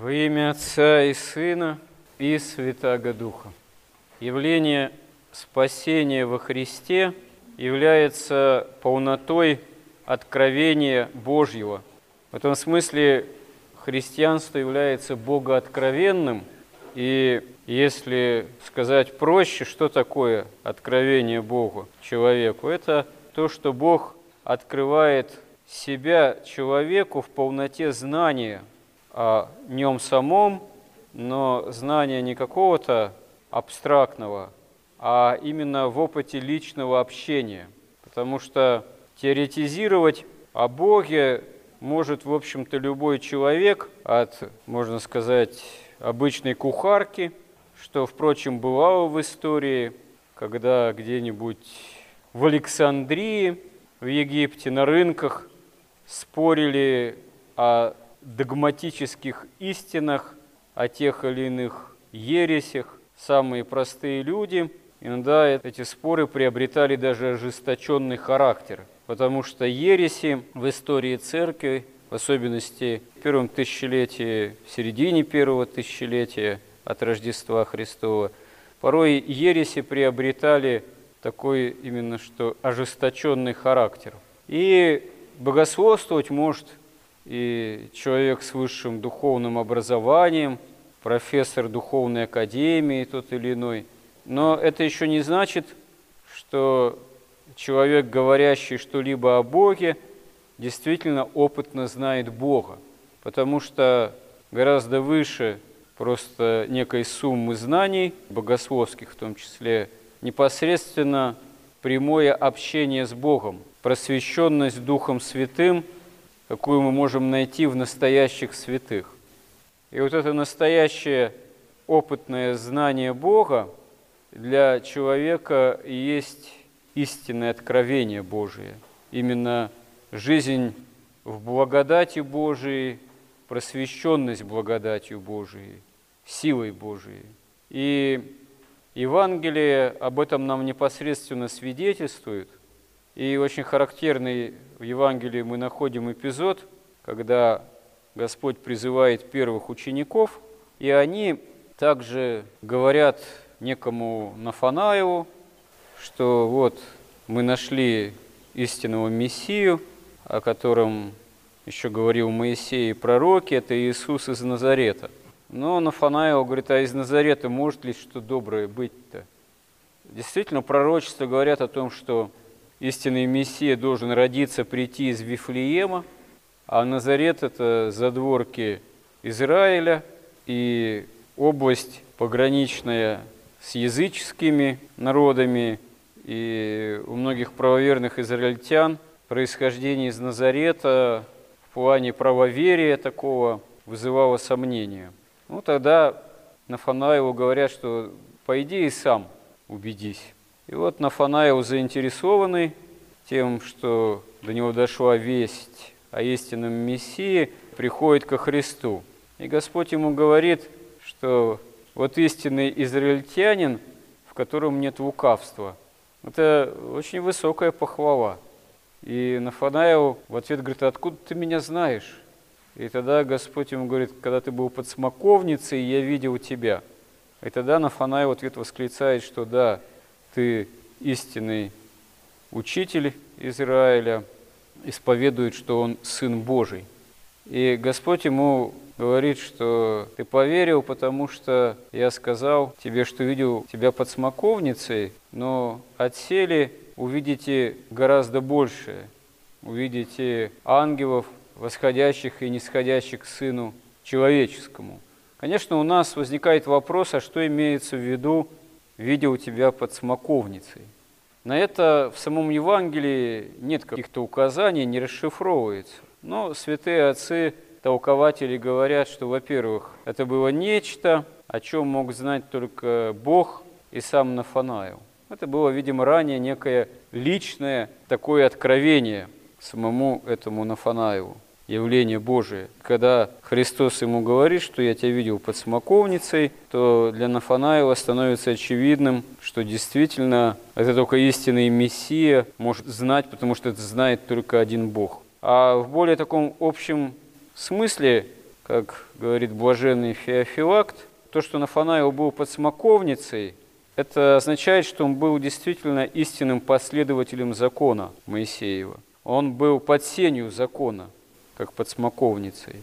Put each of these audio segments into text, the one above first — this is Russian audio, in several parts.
Во имя Отца и Сына и Святаго Духа. Явление спасения во Христе является полнотой откровения Божьего. В этом смысле христианство является богооткровенным, и если сказать проще, что такое откровение Богу, человеку, это то, что Бог открывает себя человеку в полноте знания о нем самом, но знания не какого-то абстрактного, а именно в опыте личного общения. Потому что теоретизировать о Боге может, в общем-то, любой человек, от, можно сказать, обычной кухарки, что, впрочем, бывало в истории, когда где-нибудь в Александрии, в Египте, на рынках спорили о догматических истинах, о тех или иных ересях, самые простые люди. Иногда эти споры приобретали даже ожесточенный характер, потому что ереси в истории церкви, в особенности в первом тысячелетии, в середине первого тысячелетия от Рождества Христова, порой ереси приобретали такой именно что ожесточенный характер. И богословствовать может и человек с высшим духовным образованием, профессор духовной академии тот или иной. Но это еще не значит, что человек, говорящий что-либо о Боге, действительно опытно знает Бога, потому что гораздо выше просто некой суммы знаний, богословских в том числе, непосредственно прямое общение с Богом, просвещенность Духом Святым, какую мы можем найти в настоящих святых. И вот это настоящее опытное знание Бога для человека и есть истинное откровение Божие. Именно жизнь в благодати Божией, просвещенность благодатью Божией, силой Божией. И Евангелие об этом нам непосредственно свидетельствует. И очень характерный в Евангелии мы находим эпизод, когда Господь призывает первых учеников, и они также говорят некому Нафанаилу, что вот мы нашли истинного Мессию, о котором еще говорил Моисей и пророки, это Иисус из Назарета. Но Нафанаил говорит, а из Назарета может ли что доброе быть-то? Действительно, пророчества говорят о том, что истинный Мессия должен родиться, прийти из Вифлеема, а Назарет – это задворки Израиля и область пограничная с языческими народами, и у многих правоверных израильтян происхождение из Назарета в плане правоверия такого вызывало сомнения. Ну, тогда Нафанаилу говорят, что пойди и сам убедись. И вот Нафанаил, заинтересованный тем, что до него дошла весть о истинном Мессии, приходит ко Христу. И Господь ему говорит, что вот истинный израильтянин, в котором нет лукавства. Это очень высокая похвала. И Нафанаил в ответ говорит, откуда ты меня знаешь? И тогда Господь ему говорит, когда ты был под смоковницей, я видел тебя. И тогда Нафанаил в ответ восклицает, что да, ты истинный учитель Израиля, исповедует, что он Сын Божий. И Господь ему говорит, что ты поверил, потому что я сказал тебе, что видел тебя под смоковницей, но отселе увидите гораздо большее. Увидите ангелов, восходящих и нисходящих к Сыну Человеческому. Конечно, у нас возникает вопрос, а что имеется в виду «видел тебя под смоковницей». На это в самом Евангелии нет каких-то указаний, не расшифровывается. Но святые отцы, толкователи говорят, что, во-первых, это было нечто, о чем мог знать только Бог и сам Нафанаил. Это было, видимо, ранее некое личное такое откровение самому этому Нафанаилу, явление Божие. Когда Христос ему говорит, что я тебя видел под смоковницей, то для Нафанаила становится очевидным, что действительно это только истинный Мессия может знать, потому что это знает только один Бог. А в более таком общем смысле как говорит блаженный Феофилакт, то, что Нафанаил был под смоковницей, это означает, что он был действительно истинным последователем закона Моисеева. Он был под сенью закона, как под смоковницей.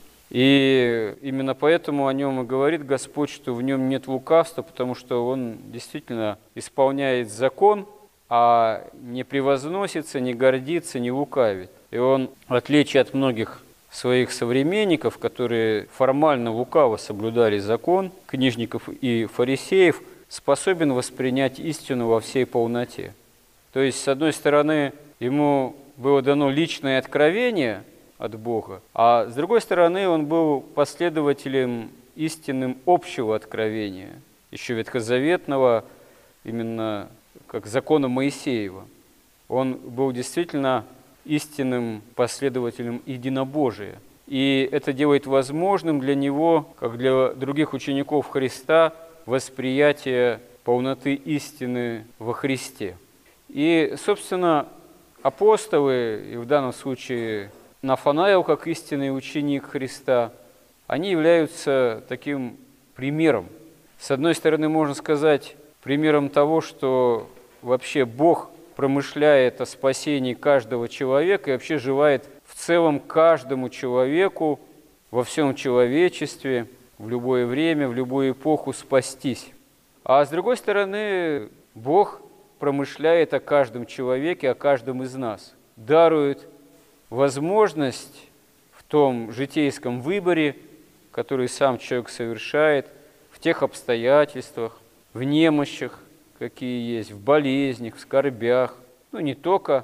И именно поэтому о нем и говорит Господь, что в нем нет лукавства, потому что он действительно исполняет закон, а не превозносится, не гордится, не лукавит. И он, в отличие от многих своих современников, которые формально лукаво соблюдали закон, книжников и фарисеев, способен воспринять истину во всей полноте. То есть, с одной стороны, ему было дано личное откровение от Бога, а с другой стороны, он был последователем истинным общего откровения, еще ветхозаветного, именно как закона Моисеева. Он был действительно истинным последователем единобожия. И это делает возможным для него, как для других учеников Христа, восприятие полноты истины во Христе. И, собственно, апостолы, и в данном случае Нафанаил, как истинный ученик Христа, они являются таким примером. С одной стороны, можно сказать, примером того, что вообще Бог промышляет о спасении каждого человека и вообще желает в целом каждому человеку во всем человечестве в любое время, в любую эпоху спастись. А с другой стороны, Бог промышляет о каждом человеке, о каждом из нас, дарует возможность в том житейском выборе, который сам человек совершает, в тех обстоятельствах, в немощах, какие есть, в болезнях, в скорбях, не только,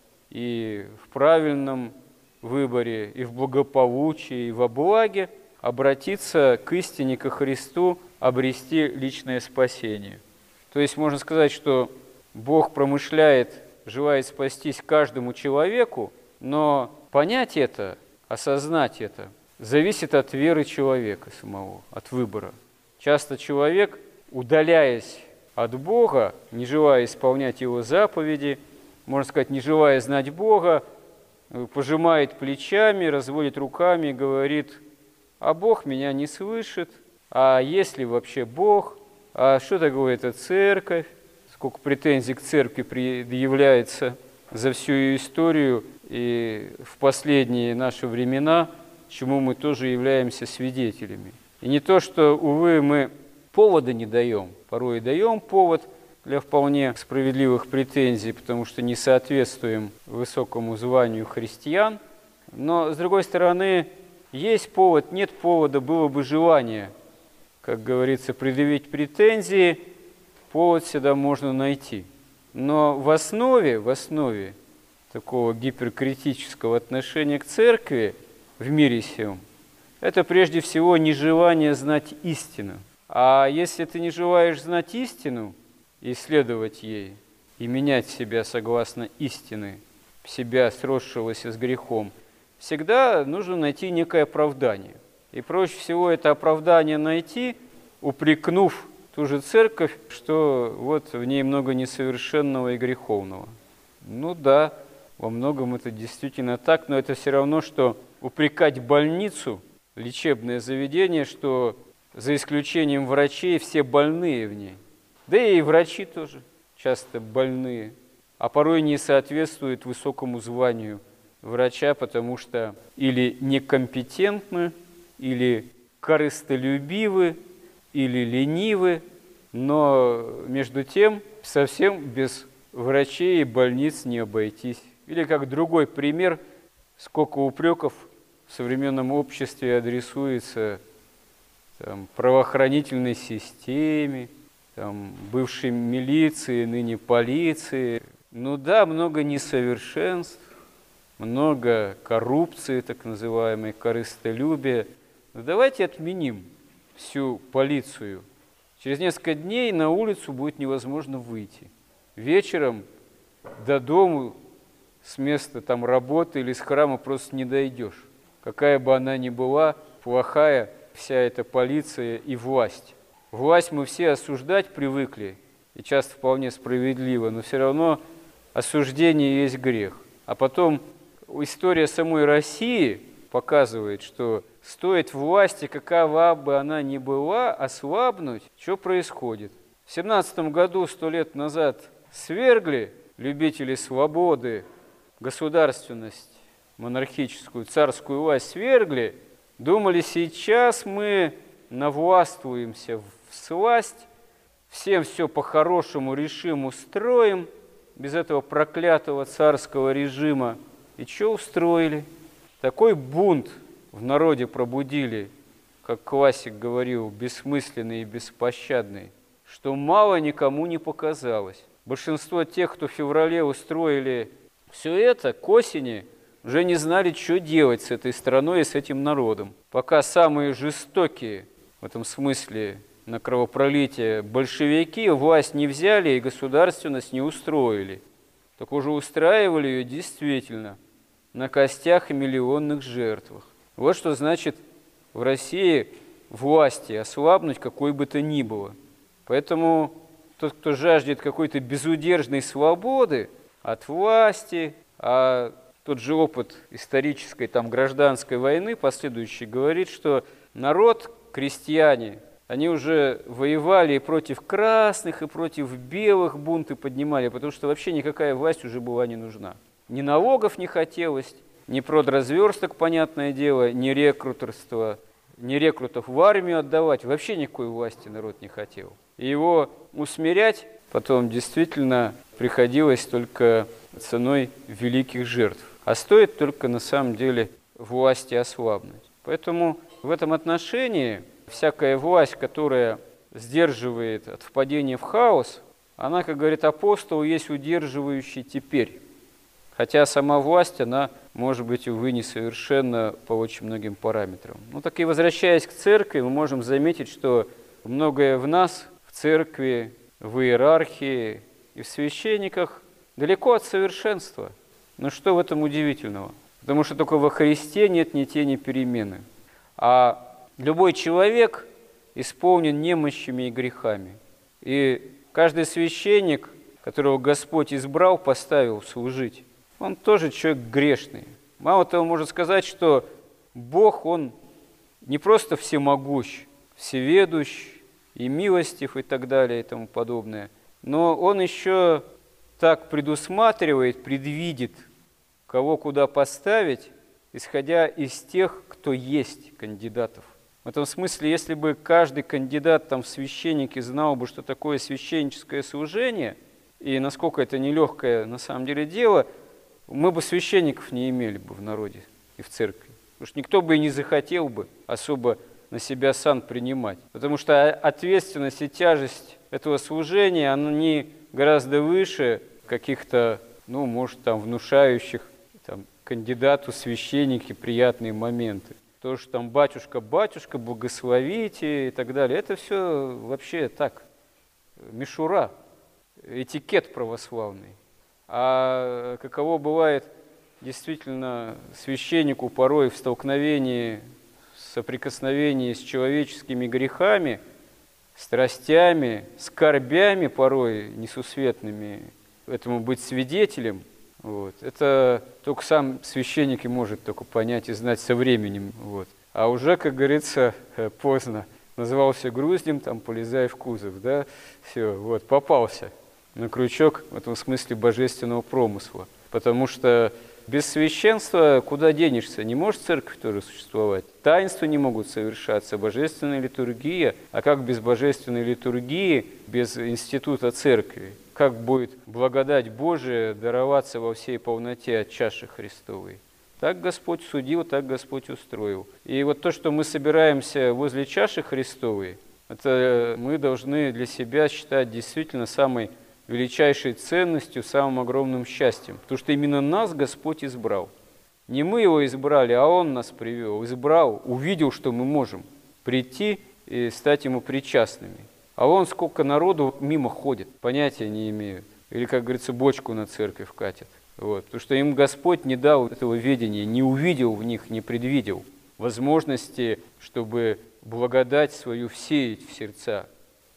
и в правильном выборе, и в благополучии, и во благе, обратиться к истине, ко Христу, обрести личное спасение. То есть можно сказать, что Бог промышляет, желает спастись каждому человеку, но понять это, осознать это, зависит от веры человека самого, от выбора. Часто человек, удаляясь от Бога, не желая исполнять Его заповеди, можно сказать, не желая знать Бога, пожимает плечами, разводит руками и говорит: а Бог меня не слышит, а есть ли вообще Бог, а что такое эта церковь, сколько претензий к церкви предъявляется за всю ее историю и в последние наши времена, чему мы тоже являемся свидетелями. И не то, что, увы, мы повода не даем, порой даем повод для вполне справедливых претензий, потому что не соответствуем высокому званию христиан, но, с другой стороны, есть повод, нет повода, было бы желание, как говорится, предъявить претензии, повод всегда можно найти. Но в основе такого гиперкритического отношения к церкви в мире сем, это прежде всего нежелание знать истину. А если ты не желаешь знать истину, исследовать ей и менять себя согласно истины, себя, сросшегося с грехом, всегда нужно найти некое оправдание. И проще всего это оправдание найти, упрекнув ту же церковь, что вот в ней много несовершенного и греховного. Ну да, во многом это действительно так, но это все равно, что упрекать больницу, лечебное заведение, что за исключением врачей все больные в ней. Да и врачи тоже часто больные, а порой не соответствуют высокому званию врача, потому что или некомпетентны, или корыстолюбивы, или ленивы, но между тем совсем без врачей и больниц не обойтись. Или как другой пример, сколько упреков в современном обществе адресуется правоохранительной системе, бывшей милиции, ныне полиции. Ну да, много несовершенств, много коррупции, так называемой, корыстолюбия. Но давайте отменим всю полицию. Через несколько дней на улицу будет невозможно выйти. Вечером до дому с места работы или с храма просто не дойдешь. Какая бы она ни была плохая, вся эта полиция и власть. Власть мы все осуждать привыкли, и часто вполне справедливо, но все равно осуждение есть грех. А потом история самой России показывает, что стоит власти, какова бы она ни была, ослабнуть, что происходит? В 17 году, 100 лет назад, свергли любители свободы, государственность, монархическую, царскую власть свергли, думали, сейчас мы навластвуемся всласть, всем все по-хорошему решим, устроим, без этого проклятого царского режима. И что устроили? Такой бунт в народе пробудили, как классик говорил, бессмысленный и беспощадный, что мало никому не показалось. Большинство тех, кто в феврале устроили все это, к осени уже не знали, что делать с этой страной и с этим народом. Пока самые жестокие в этом смысле на кровопролитие большевики власть не взяли и государственность не устроили. Так уже устраивали ее действительно на костях и миллионных жертвах. Вот что значит в России власти ослабнуть какой бы то ни было. Поэтому тот, кто жаждет какой-то безудержной свободы от власти, а тот же опыт исторической гражданской войны последующий говорит, что народ, крестьяне, они уже воевали и против красных, и против белых бунты поднимали, потому что вообще никакая власть уже была не нужна. Ни налогов не хотелось, ни продразверсток, понятное дело, ни рекрутерства, ни рекрутов в армию отдавать. Вообще никакой власти народ не хотел. И его усмирять потом действительно приходилось только ценой великих жертв. А стоит только на самом деле власти ослабнуть. Поэтому в этом отношении всякая власть, которая сдерживает от впадения в хаос, она, как говорит апостол, есть удерживающий теперь. Хотя сама власть, она может быть, увы, несовершенна по очень многим параметрам. Ну так и возвращаясь к церкви, мы можем заметить, что многое в нас, в церкви, в иерархии и в священниках далеко от совершенства. Но что в этом удивительного? Потому что только во Христе нет ни тени перемены. А любой человек исполнен немощами и грехами. И каждый священник, которого Господь избрал, поставил служить, он тоже человек грешный. Мало того, можно сказать, что Бог, Он не просто всемогущ, всеведущ и милостив и так далее и тому подобное, но Он еще так предусматривает, предвидит, кого куда поставить, исходя из тех, кто есть кандидатов. В этом смысле, если бы каждый кандидат в священники знал бы, что такое священническое служение, и насколько это нелегкое на самом деле дело, мы бы священников не имели бы в народе и в церкви. Потому что никто бы и не захотел бы особо на себя сан принимать. Потому что ответственность и тяжесть этого служения, они гораздо выше каких-то, может, внушающих кандидату священники приятные моменты. То, что батюшка, благословите и так далее, это все вообще так, мишура, этикет православный. А каково бывает действительно священнику порой в столкновении, соприкосновении с человеческими грехами, страстями, скорбями порой несусветными, этому быть свидетелем, это только сам священник и может только понять и знать со временем. А уже, как говорится, поздно. Назывался груздем, полезай в кузов, все, попался на крючок в этом смысле божественного промысла. Потому что без священства куда денешься? Не может церковь тоже существовать. Таинства не могут совершаться, божественная литургия. А как без божественной литургии, без института церкви? Как будет благодать Божия дароваться во всей полноте от чаши Христовой? Так Господь судил, так Господь устроил. И то, что мы собираемся возле чаши Христовой, это мы должны для себя считать действительно самой величайшей ценностью, самым огромным счастьем. Потому что именно нас Господь избрал. Не мы Его избрали, а Он нас привел, избрал, увидел, что мы можем прийти и стать Ему причастными. А вон сколько народу мимо ходит, понятия не имеют. Или, как говорится, бочку на церковь катят. Потому что им Господь не дал этого ведения, не увидел в них, не предвидел возможности, чтобы благодать свою всеять в сердца.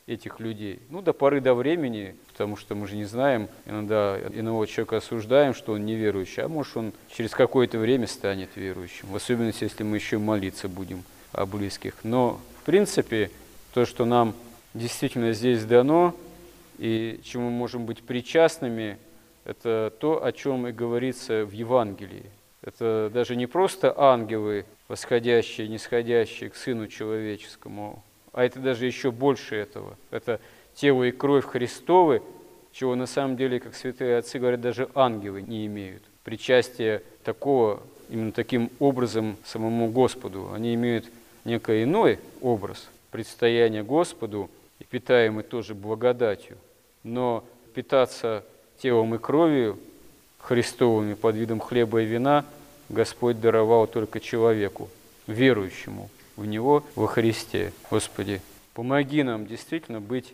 этих людей. Ну, до поры до времени, потому что мы же не знаем, иногда иного человека осуждаем, что он неверующий, а может, он через какое-то время станет верующим, в особенности, если мы еще молиться будем о близких. Но, в принципе, то, что нам действительно здесь дано, и чему мы можем быть причастными, это то, о чем и говорится в Евангелии. Это даже не просто ангелы, восходящие, нисходящие к Сыну Человеческому, а это даже еще больше этого. Это тело и кровь Христовы, чего на самом деле, как святые отцы говорят, даже ангелы не имеют. Причастие такого, именно таким образом самому Господу. Они имеют некий иной образ предстояния Господу, и питаемый тоже благодатью. Но питаться телом и кровью Христовыми под видом хлеба и вина Господь даровал только человеку, верующему в Него во Христе. Господи, помоги нам действительно быть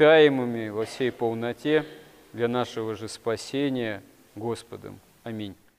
питаемыми во всей полноте для нашего же спасения Господом. Аминь.